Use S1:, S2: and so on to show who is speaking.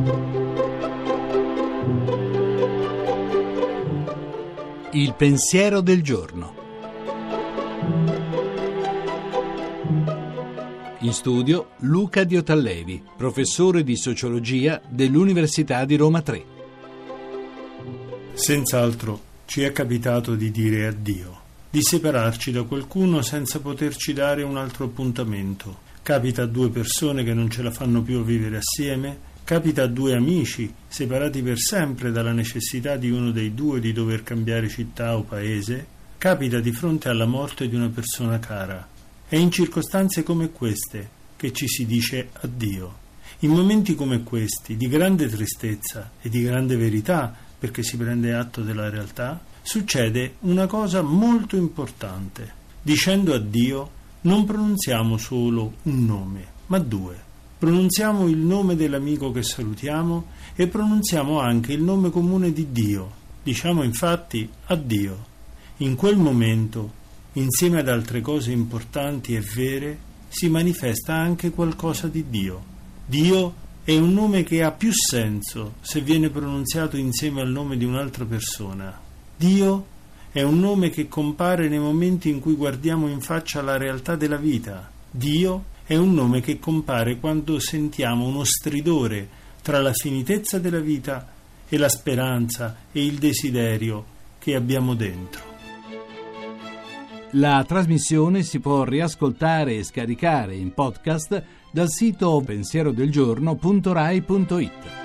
S1: Il pensiero del giorno. In studio Luca Diotallevi, professore di sociologia dell'Università di Roma III.
S2: Senz'altro ci è capitato di dire addio, di separarci da qualcuno senza poterci dare un altro appuntamento. Capita a due persone che non ce la fanno più a vivere assieme, capita a due amici separati per sempre dalla necessità di uno dei due di dover cambiare città o paese, capita di fronte alla morte di una persona cara. È in circostanze come queste che ci si dice addio. In momenti come questi, di grande tristezza e di grande verità, perché si prende atto della realtà, succede una cosa molto importante. Dicendo addio non pronunziamo solo un nome, ma due. Pronunziamo il nome dell'amico che salutiamo e pronunziamo anche il nome comune di Dio. Diciamo infatti addio. In quel momento, insieme ad altre cose importanti e vere, si manifesta anche qualcosa di Dio. Dio è un nome che ha più senso se viene pronunziato insieme al nome di un'altra persona. Dio è un nome che compare nei momenti in cui guardiamo in faccia la realtà della vita. Dio è un nome che compare quando sentiamo uno stridore tra la finitezza della vita e la speranza e il desiderio che abbiamo dentro.
S1: La trasmissione si può riascoltare e scaricare in podcast dal sito pensierodelgiorno.rai.it.